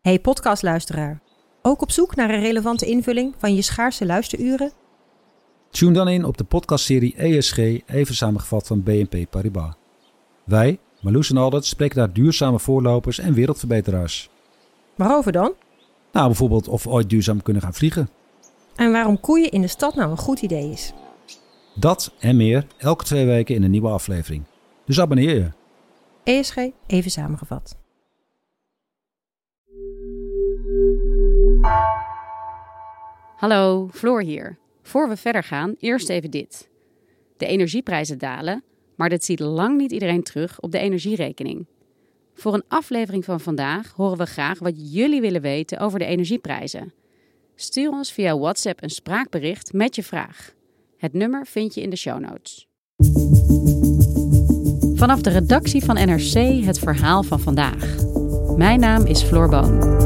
Hey podcastluisteraar, ook op zoek naar een relevante invulling van je schaarse luisteruren? Tune dan in op de podcastserie ESG, even samengevat van BNP Paribas. Wij, Marloes en Aldert, spreken daar duurzame voorlopers en wereldverbeteraars. Waarover dan? Nou, bijvoorbeeld of we ooit duurzaam kunnen gaan vliegen. En waarom koeien in de stad nou een goed idee is? Dat en meer elke 2 weken in een nieuwe aflevering. Dus abonneer je. ESG, even samengevat. Hallo, Floor hier. Voor we verder gaan, eerst even dit. De energieprijzen dalen, maar dit ziet lang niet iedereen terug op de energierekening. Voor een aflevering van vandaag horen we graag wat jullie willen weten over de energieprijzen. Stuur ons via WhatsApp een spraakbericht met je vraag. Het nummer vind je in de show notes. Vanaf de redactie van NRC het verhaal van vandaag. Mijn naam is Floor Boon.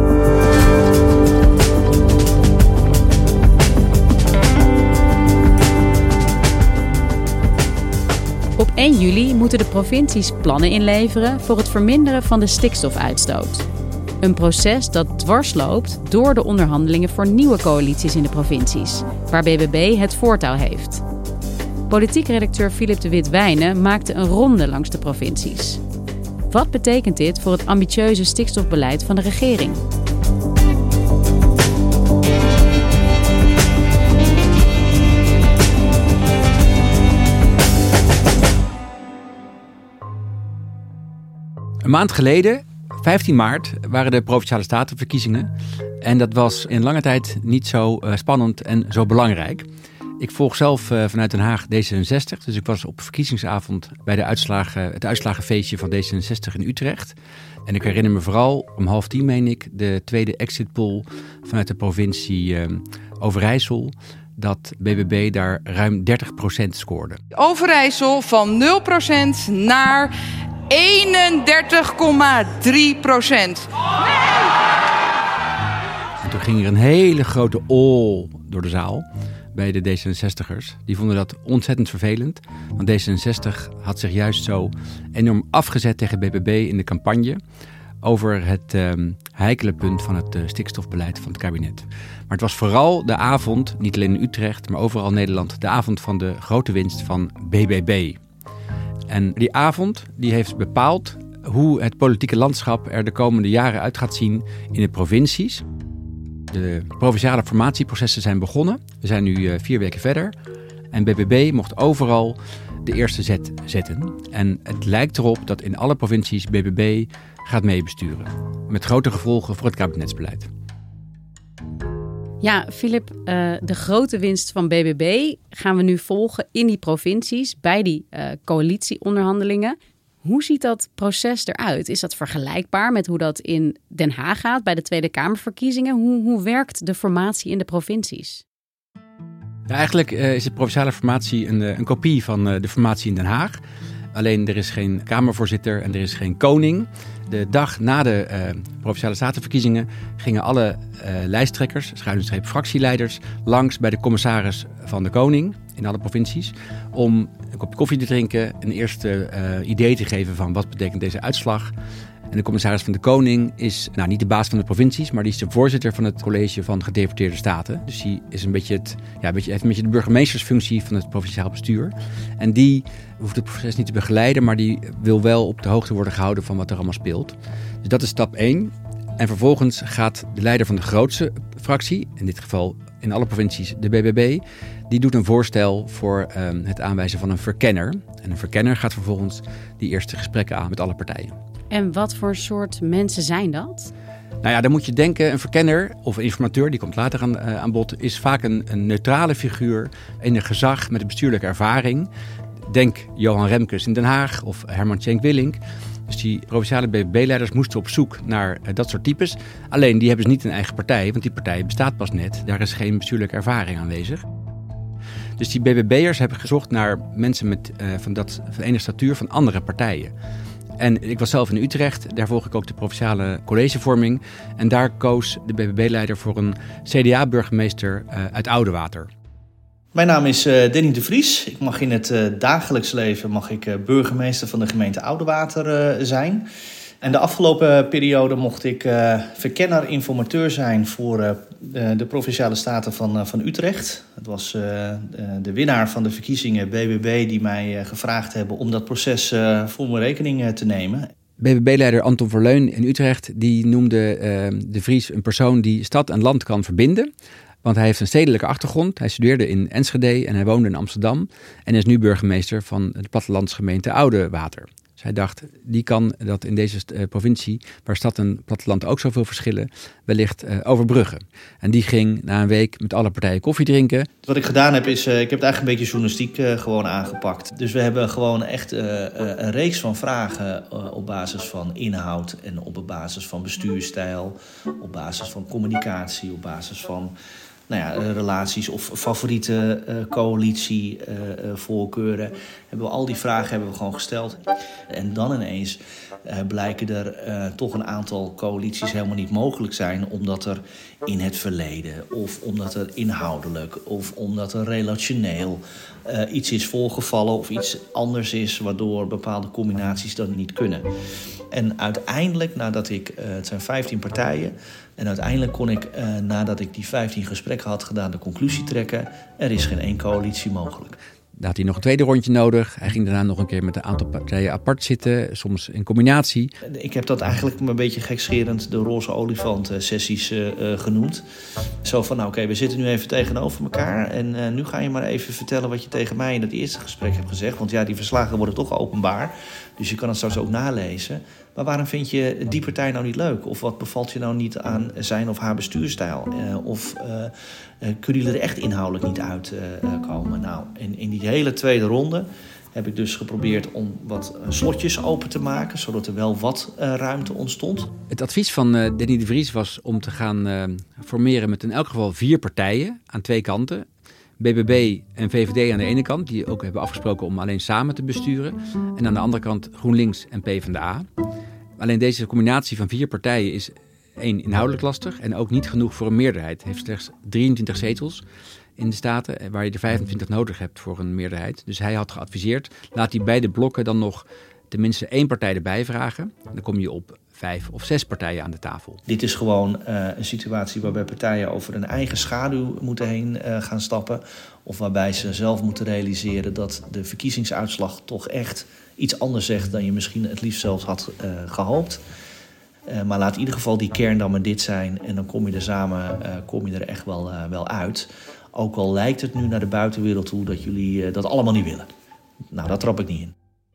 Op 1 juli moeten de provincies plannen inleveren voor het verminderen van de stikstofuitstoot. Een proces dat dwars loopt door de onderhandelingen voor nieuwe coalities in de provincies, waar BBB het voortouw heeft. Politiek redacteur Philip de Wit-Wijnen maakte een ronde langs de provincies. Wat betekent dit voor het ambitieuze stikstofbeleid van de regering? Een maand geleden, 15 maart, waren de Provinciale Statenverkiezingen. En dat was in lange tijd niet zo spannend en zo belangrijk. Ik volg zelf vanuit Den Haag D66. Dus ik was op verkiezingsavond bij het uitslagenfeestje van D66 in Utrecht. En ik herinner me vooral om 9:30, meen ik, de tweede exit poll vanuit de provincie Overijssel. Dat BBB daar ruim 30% scoorde. Overijssel van 0% naar 31,3%. En toen ging er een hele grote ol door de zaal bij de D66'ers. Die vonden dat ontzettend vervelend. Want D66 had zich juist zo enorm afgezet tegen BBB in de campagne over het heikele punt van het stikstofbeleid van het kabinet. Maar het was vooral de avond, niet alleen in Utrecht, maar overal in Nederland, de avond van de grote winst van BBB. En die avond die heeft bepaald hoe het politieke landschap er de komende jaren uit gaat zien in de provincies. De provinciale formatieprocessen zijn begonnen. We zijn nu 4 weken verder. En BBB mocht overal de eerste zet zetten. En het lijkt erop dat in alle provincies BBB gaat meebesturen. Met grote gevolgen voor het kabinetsbeleid. Ja, Philip, de grote winst van BBB gaan we nu volgen in die provincies bij die coalitieonderhandelingen. Hoe ziet dat proces eruit? Is dat vergelijkbaar met hoe dat in Den Haag gaat bij de Tweede Kamerverkiezingen? Hoe werkt de formatie in de provincies? Ja, eigenlijk is de provinciale formatie een kopie van de formatie in Den Haag. Alleen er is geen Kamervoorzitter en er is geen koning. De dag na de Provinciale Statenverkiezingen gingen alle lijsttrekkers, schuine-streep fractieleiders, langs bij de commissaris van de koning in alle provincies om een kopje koffie te drinken, een eerste idee te geven van wat betekent deze uitslag. En de commissaris van de koning is niet de baas van de provincies, maar die is de voorzitter van het college van gedeputeerde staten. Dus die is heeft een beetje de burgemeestersfunctie van het provinciaal bestuur. En die hoeft het proces niet te begeleiden, maar die wil wel op de hoogte worden gehouden van wat er allemaal speelt. Dus dat is stap 1. En vervolgens gaat de leider van de grootste fractie, in dit geval in alle provincies de BBB, die doet een voorstel voor het aanwijzen van een verkenner. En een verkenner gaat vervolgens die eerste gesprekken aan met alle partijen. En wat voor soort mensen zijn dat? Nou ja, dan moet je denken, een verkenner of een informateur, die komt later aan bod, is vaak een neutrale figuur in een gezag met een bestuurlijke ervaring. Denk Johan Remkes in Den Haag of Herman Tjenk Willink. Dus die provinciale BBB-leiders moesten op zoek naar dat soort types. Alleen die hebben dus niet een eigen partij, want die partij bestaat pas net. Daar is geen bestuurlijke ervaring aanwezig. Dus die BBB'ers hebben gezocht naar mensen van enige statuur van andere partijen. En ik was zelf in Utrecht, daar volg ik ook de provinciale collegevorming. En daar koos de BBB-leider voor een CDA-burgemeester uit Oudewater. Mijn naam is Danny de Vries. Ik mag in het dagelijks leven burgemeester van de gemeente Oudewater zijn. En de afgelopen periode mocht ik verkenner-informateur zijn voor de Provinciale Staten van Utrecht. Het was de winnaar van de verkiezingen, BBB, die mij gevraagd hebben om dat proces voor mijn rekening te nemen. BBB-leider Anton Verleun in Utrecht die noemde De Vries een persoon die stad en land kan verbinden. Want hij heeft een stedelijke achtergrond. Hij studeerde in Enschede en hij woonde in Amsterdam. En is nu burgemeester van de plattelandsgemeente Oudewater. Dus hij dacht, die kan dat in deze provincie, waar stad en platteland ook zoveel verschillen, wellicht overbruggen. En die ging na een week met alle partijen koffie drinken. Wat ik gedaan heb is, ik heb het eigenlijk een beetje journalistiek gewoon aangepakt. Dus we hebben gewoon echt een reeks van vragen op basis van inhoud en op basis van bestuurstijl, op basis van communicatie, op basis van relaties of favoriete coalitievoorkeuren. Al die vragen hebben we gewoon gesteld. En dan ineens blijken er toch een aantal coalities helemaal niet mogelijk zijn, omdat er in het verleden of omdat er inhoudelijk of omdat er relationeel iets is voorgevallen of iets anders is, waardoor bepaalde combinaties dan niet kunnen. En uiteindelijk, nadat het zijn 15 partijen, en uiteindelijk kon ik, nadat ik die 15 gesprekken had gedaan, de conclusie trekken: er is geen één coalitie mogelijk. Daar had hij nog een tweede rondje nodig. Hij ging daarna nog een keer met een aantal partijen apart zitten, soms in combinatie. Ik heb dat eigenlijk een beetje gekscherend de roze olifant sessies genoemd. Zo van, oké, we zitten nu even tegenover elkaar en nu ga je maar even vertellen wat je tegen mij in dat eerste gesprek hebt gezegd. Want ja, die verslagen worden toch openbaar, dus je kan het straks ook nalezen. Maar waarom vind je die partij nou niet leuk? Of wat bevalt je nou niet aan zijn of haar bestuurstijl? Kunnen jullie er echt inhoudelijk niet uitkomen? Nou, in die hele tweede ronde heb ik dus geprobeerd om wat slotjes open te maken, zodat er wel wat ruimte ontstond. Het advies van Denny de Vries was om te gaan formeren met in elk geval 4 partijen aan 2 kanten. BBB en VVD aan de ene kant, die ook hebben afgesproken om alleen samen te besturen. En aan de andere kant GroenLinks en PvdA. Alleen deze combinatie van 4 partijen is 1 inhoudelijk lastig en ook niet genoeg voor een meerderheid. Het heeft slechts 23 zetels in de Staten, waar je er 25 nodig hebt voor een meerderheid. Dus hij had geadviseerd, laat die beide blokken dan nog tenminste 1 partij erbij vragen. Dan kom je op 5 of 6 partijen aan de tafel. Dit is gewoon een situatie waarbij partijen over hun eigen schaduw moeten heen gaan stappen. Of waarbij ze zelf moeten realiseren dat de verkiezingsuitslag toch echt iets anders zegt dan je misschien het liefst zelfs had gehoopt. Maar laat in ieder geval die kern dan maar dit zijn. En dan kom je er samen er echt wel uit. Ook al lijkt het nu naar de buitenwereld toe dat jullie dat allemaal niet willen. Nou, dat trap ik niet in.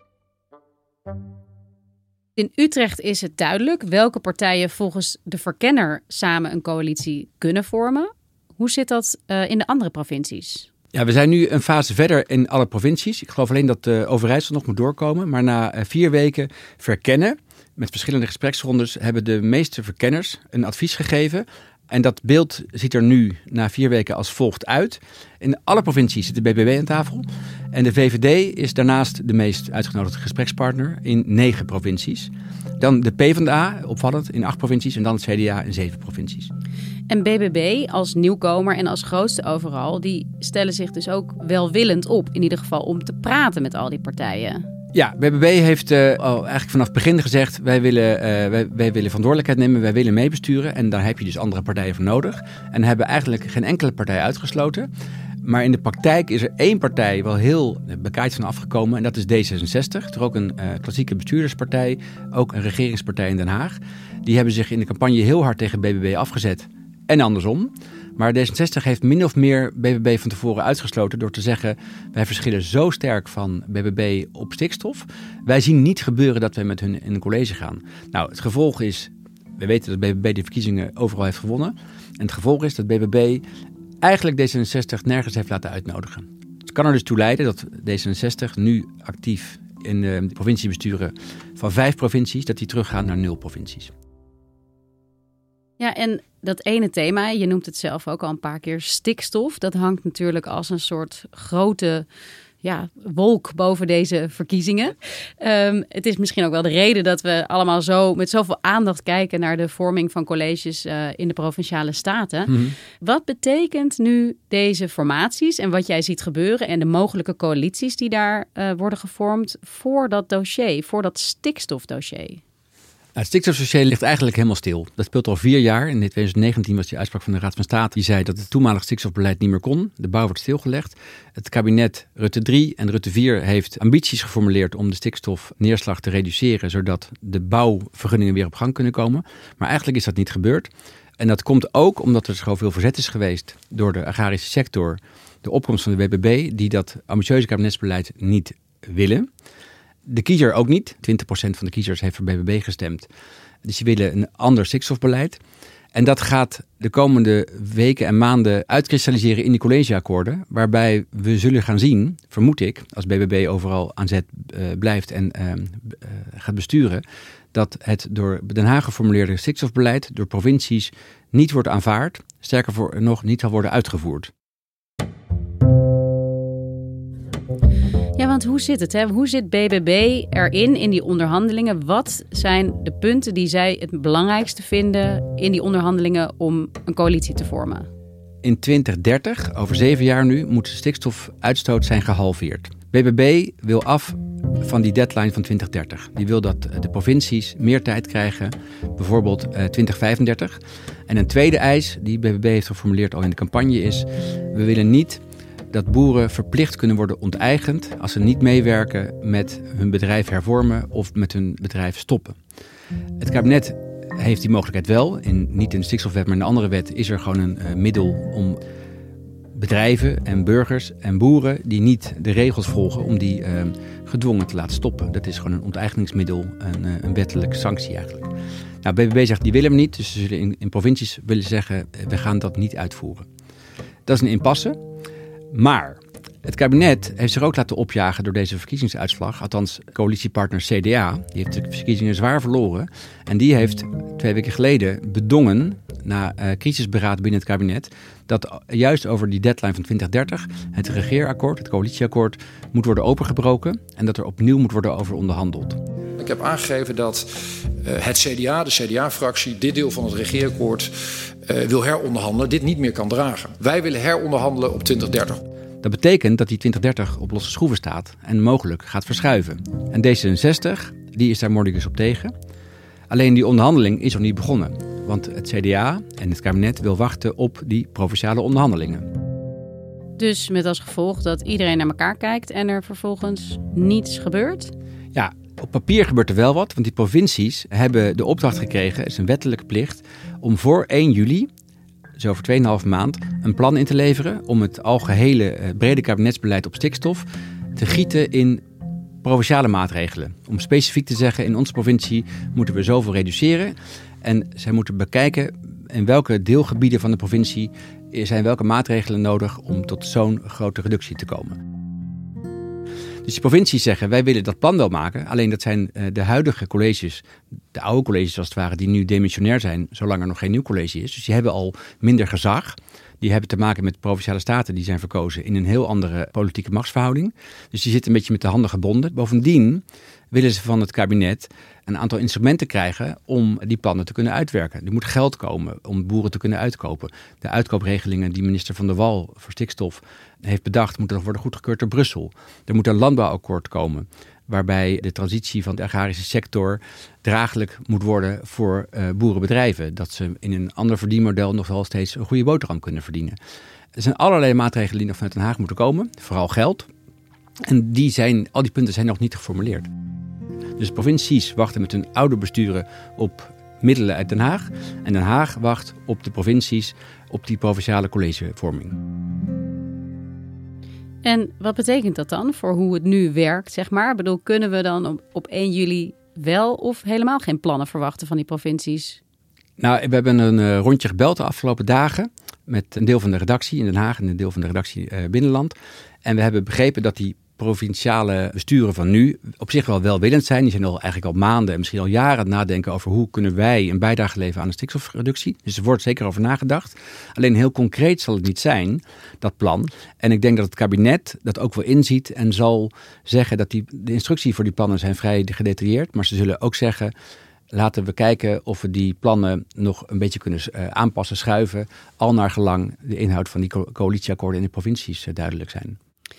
In Utrecht is het duidelijk welke partijen volgens de verkenner samen een coalitie kunnen vormen. Hoe zit dat in de andere provincies? Ja, we zijn nu een fase verder in alle provincies. Ik geloof alleen dat Overijssel nog moet doorkomen. Maar na 4 weken verkennen, met verschillende gespreksrondes, hebben de meeste verkenners een advies gegeven. En dat beeld ziet er nu na 4 weken als volgt uit. In alle provincies zit de BBB aan tafel. En de VVD is daarnaast de meest uitgenodigde gesprekspartner in 9 provincies. Dan de PvdA, opvallend, in 8 provincies. En dan het CDA in 7 provincies. En BBB als nieuwkomer en als grootste overal, die stellen zich dus ook welwillend op. In ieder geval om te praten met al die partijen. Ja, BBB heeft eigenlijk vanaf het begin gezegd, wij willen verantwoordelijkheid nemen, wij willen meebesturen. En daar heb je dus andere partijen voor nodig. En hebben eigenlijk geen enkele partij uitgesloten. Maar in de praktijk is er 1 partij wel heel bekaaid van afgekomen. En dat is D66. Toch ook een klassieke bestuurderspartij, ook een regeringspartij in Den Haag. Die hebben zich in de campagne heel hard tegen BBB afgezet. En andersom. Maar D66 heeft min of meer BBB van tevoren uitgesloten door te zeggen, wij verschillen zo sterk van BBB op stikstof. Wij zien niet gebeuren dat wij met hun in een college gaan. Nou, het gevolg is, we weten dat BBB de verkiezingen overal heeft gewonnen. En het gevolg is dat BBB eigenlijk D66 nergens heeft laten uitnodigen. Het kan er dus toe leiden dat D66 nu actief in de provinciebesturen van 5 provincies, dat die teruggaan naar 0 provincies. Ja, en dat ene thema, je noemt het zelf ook al een paar keer, stikstof. Dat hangt natuurlijk als een soort grote wolk boven deze verkiezingen. Het is misschien ook wel de reden dat we allemaal zo met zoveel aandacht kijken naar de vorming van colleges in de Provinciale Staten. Mm-hmm. Wat betekent nu deze formaties en wat jij ziet gebeuren en de mogelijke coalities die daar worden gevormd voor dat dossier, voor dat stikstofdossier? Het stikstofdossier ligt eigenlijk helemaal stil. Dat speelt al 4 jaar. In 2019 was die uitspraak van de Raad van State. Die zei dat het toenmalig stikstofbeleid niet meer kon. De bouw wordt stilgelegd. Het kabinet Rutte 3 en Rutte 4 heeft ambities geformuleerd om de stikstofneerslag te reduceren, zodat de bouwvergunningen weer op gang kunnen komen. Maar eigenlijk is dat niet gebeurd. En dat komt ook omdat er gewoon veel verzet is geweest door de agrarische sector. De opkomst van de BBB, die dat ambitieuze kabinetsbeleid niet willen. De kiezer ook niet. 20% van de kiezers heeft voor BBB gestemd. Dus die willen een ander stikstofbeleid. En dat gaat de komende weken en maanden uitkristalliseren in die collegeakkoorden. Waarbij we zullen gaan zien, vermoed ik, als BBB overal aan zet blijft en gaat besturen, dat het door Den Haag geformuleerde stikstofbeleid door provincies niet wordt aanvaard. Sterker voor nog, niet zal worden uitgevoerd. Ja, want hoe zit het? Hè? Hoe zit BBB erin in die onderhandelingen? Wat zijn de punten die zij het belangrijkste vinden in die onderhandelingen om een coalitie te vormen? In 2030, over 7 jaar nu, moet de stikstofuitstoot zijn gehalveerd. BBB wil af van die deadline van 2030. Die wil dat de provincies meer tijd krijgen, bijvoorbeeld 2035. En een tweede eis die BBB heeft geformuleerd al in de campagne is: we willen niet dat boeren verplicht kunnen worden onteigend als ze niet meewerken met hun bedrijf hervormen of met hun bedrijf stoppen. Het kabinet heeft die mogelijkheid wel. Niet in de stikstofwet, maar in de andere wet is er gewoon een middel om bedrijven en burgers en boeren die niet de regels volgen, om die gedwongen te laten stoppen. Dat is gewoon een onteigeningsmiddel, een wettelijke sanctie eigenlijk. Nou, BBB zegt die willen we niet, dus ze zullen in provincies willen zeggen we gaan dat niet uitvoeren. Dat is een impasse. Maar het kabinet heeft zich ook laten opjagen door deze verkiezingsuitslag. Althans, coalitiepartner CDA, die heeft de verkiezingen zwaar verloren. En die heeft 2 weken geleden bedongen, na crisisberaad binnen het kabinet, dat juist over die deadline van 2030 het regeerakkoord, het coalitieakkoord, moet worden opengebroken. En dat er opnieuw moet worden over onderhandeld. Ik heb aangegeven dat het CDA, de CDA-fractie, dit deel van het regeerakkoord wil heronderhandelen, dit niet meer kan dragen. Wij willen heronderhandelen op 2030. Dat betekent dat die 2030 op losse schroeven staat en mogelijk gaat verschuiven. En D66, die is daar mordicus op tegen. Alleen die onderhandeling is nog niet begonnen. Want het CDA en het kabinet wil wachten op die provinciale onderhandelingen. Dus met als gevolg dat iedereen naar elkaar kijkt en er vervolgens niets gebeurt? Ja, op papier gebeurt er wel wat, want die provincies hebben de opdracht gekregen, het is een wettelijke plicht, om voor 1 juli, dus over 2,5 maand, een plan in te leveren om het algehele brede kabinetsbeleid op stikstof te gieten in provinciale maatregelen. Om specifiek te zeggen, in onze provincie moeten we zoveel reduceren. En zij moeten bekijken in welke deelgebieden van de provincie zijn welke maatregelen nodig om tot zo'n grote reductie te komen. Dus die provincies zeggen, wij willen dat plan wel maken. Alleen dat zijn de huidige colleges, de oude colleges als het ware, die nu demissionair zijn, zolang er nog geen nieuw college is. Dus die hebben al minder gezag. Die hebben te maken met provinciale staten die zijn verkozen in een heel andere politieke machtsverhouding. Dus die zitten een beetje met de handen gebonden. Bovendien willen ze van het kabinet een aantal instrumenten krijgen om die plannen te kunnen uitwerken. Er moet geld komen om boeren te kunnen uitkopen. De uitkoopregelingen die minister Van der Wal voor stikstof heeft bedacht, moeten nog worden goedgekeurd door Brussel. Er moet een landbouwakkoord komen, waarbij de transitie van de agrarische sector draaglijk moet worden voor boerenbedrijven. Dat ze in een ander verdienmodel nog wel steeds een goede boterham kunnen verdienen. Er zijn allerlei maatregelen die nog vanuit Den Haag moeten komen, vooral geld. En al die punten zijn nog niet geformuleerd. Dus provincies wachten met hun oude besturen op middelen uit Den Haag. En Den Haag wacht op de provincies, op die provinciale collegevorming. En wat betekent dat dan voor hoe het nu werkt, zeg maar? Ik bedoel, kunnen we dan op 1 juli wel of helemaal geen plannen verwachten van die provincies? Nou, we hebben een rondje gebeld de afgelopen dagen met een deel van de redactie in Den Haag en een deel van de redactie Binnenland. En we hebben begrepen dat die provinciale besturen van nu op zich wel welwillend zijn. Die zijn eigenlijk al maanden en misschien al jaren aan het nadenken over hoe kunnen wij een bijdrage leveren aan de stikstofreductie. Dus er wordt zeker over nagedacht. Alleen heel concreet zal het niet zijn, dat plan. En ik denk dat het kabinet dat ook wel inziet en zal zeggen dat de instructies voor die plannen zijn vrij gedetailleerd. Maar ze zullen ook zeggen, laten we kijken of we die plannen nog een beetje kunnen aanpassen, schuiven, al naar gelang de inhoud van die coalitieakkoorden in de provincies duidelijk zijn.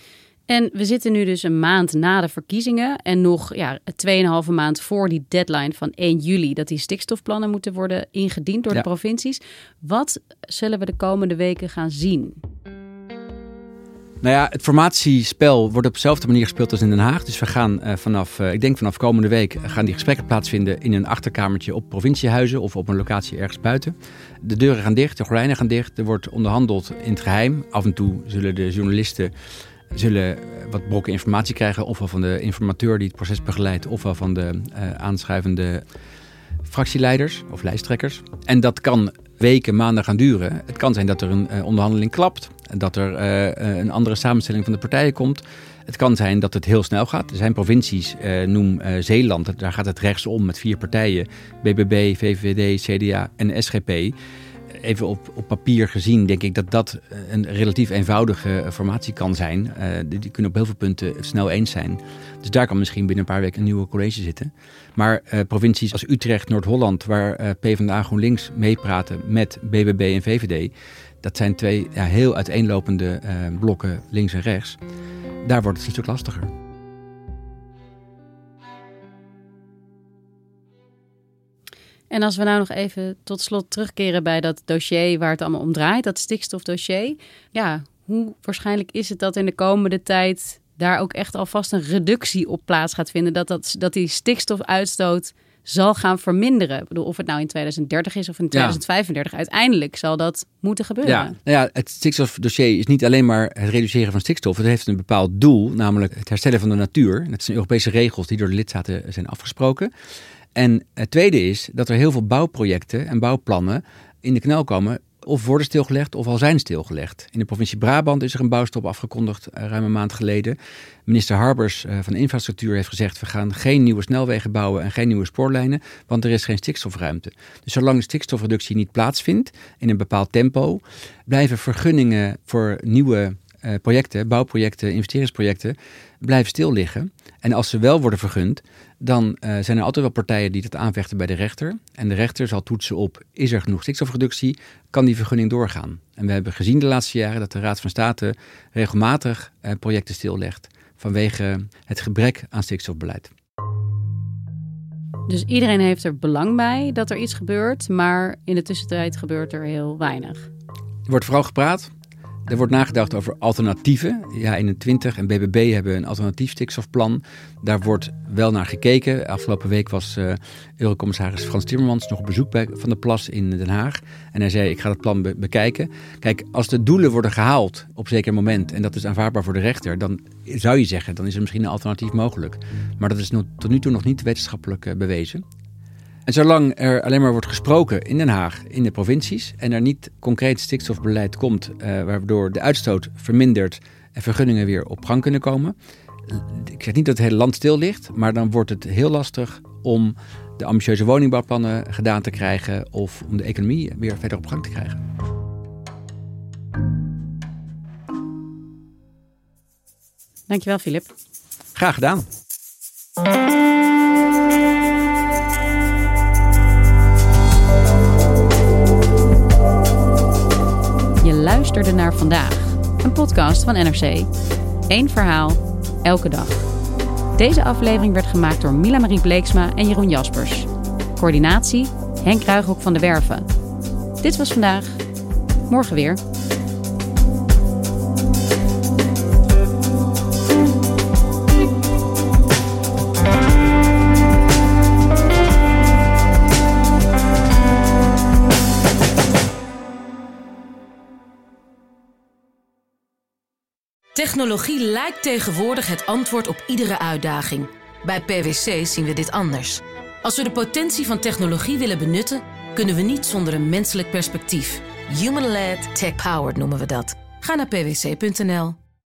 En we zitten nu dus een maand na de verkiezingen en nog 2,5 maand voor die deadline van 1 juli... dat die stikstofplannen moeten worden ingediend door de provincies. Wat zullen we de komende weken gaan zien? Nou ja, het formatiespel wordt op dezelfde manier gespeeld als in Den Haag. Dus we gaan vanaf komende week gaan die gesprekken plaatsvinden in een achterkamertje op provinciehuizen of op een locatie ergens buiten. De deuren gaan dicht, de gordijnen gaan dicht. Er wordt onderhandeld in het geheim. Af en toe zullen de journalisten wat brokken informatie krijgen. Ofwel van de informateur die het proces begeleidt, ofwel van de aanschuivende fractieleiders of lijsttrekkers. En dat kan weken, maanden gaan duren. Het kan zijn dat er een onderhandeling klapt. Dat er een andere samenstelling van de partijen komt. Het kan zijn dat het heel snel gaat. Er zijn provincies, noem Zeeland, daar gaat het rechtsom met 4 partijen. BBB, VVD, CDA en SGP. Even op papier gezien denk ik dat dat een relatief eenvoudige formatie kan zijn. Die kunnen op heel veel punten snel eens zijn. Dus daar kan misschien binnen een paar weken een nieuwe college zitten. Maar provincies als Utrecht, Noord-Holland, waar PvdA GroenLinks meepraten met BBB en VVD... dat zijn 2 heel uiteenlopende blokken links en rechts. Daar wordt het een stuk lastiger. En als we nou nog even tot slot terugkeren bij dat dossier waar het allemaal om draait, dat stikstofdossier. Ja, hoe waarschijnlijk is het dat in de komende tijd daar ook echt alvast een reductie op plaats gaat vinden? Dat die stikstofuitstoot zal gaan verminderen. Ik bedoel, of het nou in 2030 is of in 2035. Uiteindelijk zal dat moeten gebeuren. Ja, het stikstofdossier is niet alleen maar het reduceren van stikstof. Het heeft een bepaald doel, namelijk het herstellen van de natuur. Dat zijn Europese regels die door de lidstaten zijn afgesproken. En het tweede is dat er heel veel bouwprojecten en bouwplannen in de knel komen, of worden stilgelegd of al zijn stilgelegd. In de provincie Brabant is er een bouwstop afgekondigd ruim een maand geleden. Minister Harbers van Infrastructuur heeft gezegd: we gaan geen nieuwe snelwegen bouwen en geen nieuwe spoorlijnen, want er is geen stikstofruimte. Dus zolang de stikstofreductie niet plaatsvindt in een bepaald tempo, blijven vergunningen voor nieuwe projecten, bouwprojecten, investeringsprojecten, blijven stil liggen. En als ze wel worden vergund, dan zijn er altijd wel partijen die dat aanvechten bij de rechter. En de rechter zal toetsen op: is er genoeg stikstofreductie? Kan die vergunning doorgaan? En we hebben gezien de laatste jaren dat de Raad van State regelmatig projecten stillegt vanwege het gebrek aan stikstofbeleid. Dus iedereen heeft er belang bij dat er iets gebeurt, maar in de tussentijd gebeurt er heel weinig. Er wordt vooral gepraat. Er wordt nagedacht over alternatieven. Ja, 21 en BBB hebben een alternatief stikstofplan. Daar wordt wel naar gekeken. Afgelopen week was Eurocommissaris Frans Timmermans nog op bezoek bij Van der Plas in Den Haag. En hij zei: ik ga het plan bekijken. Kijk, als de doelen worden gehaald op een zeker moment en dat is aanvaardbaar voor de rechter, dan zou je zeggen, dan is er misschien een alternatief mogelijk. Maar dat is tot nu toe nog niet wetenschappelijk bewezen. En zolang er alleen maar wordt gesproken in Den Haag, in de provincies, en er niet concreet stikstofbeleid komt, waardoor de uitstoot vermindert en vergunningen weer op gang kunnen komen. Ik zeg niet dat het hele land stil ligt, maar dan wordt het heel lastig om de ambitieuze woningbouwplannen gedaan te krijgen of om de economie weer verder op gang te krijgen. Dankjewel, Filip. Graag gedaan. Je luisterde naar Vandaag, een podcast van NRC. 1 verhaal, elke dag. Deze aflevering werd gemaakt door Mila-Marie Bleeksma en Jeroen Jaspers. Coördinatie, Henk Ruigrok van de Werven. Dit was Vandaag. Morgen weer. Technologie lijkt tegenwoordig het antwoord op iedere uitdaging. Bij PwC zien we dit anders. Als we de potentie van technologie willen benutten, kunnen we niet zonder een menselijk perspectief. Human-led, tech-powered noemen we dat. Ga naar pwc.nl.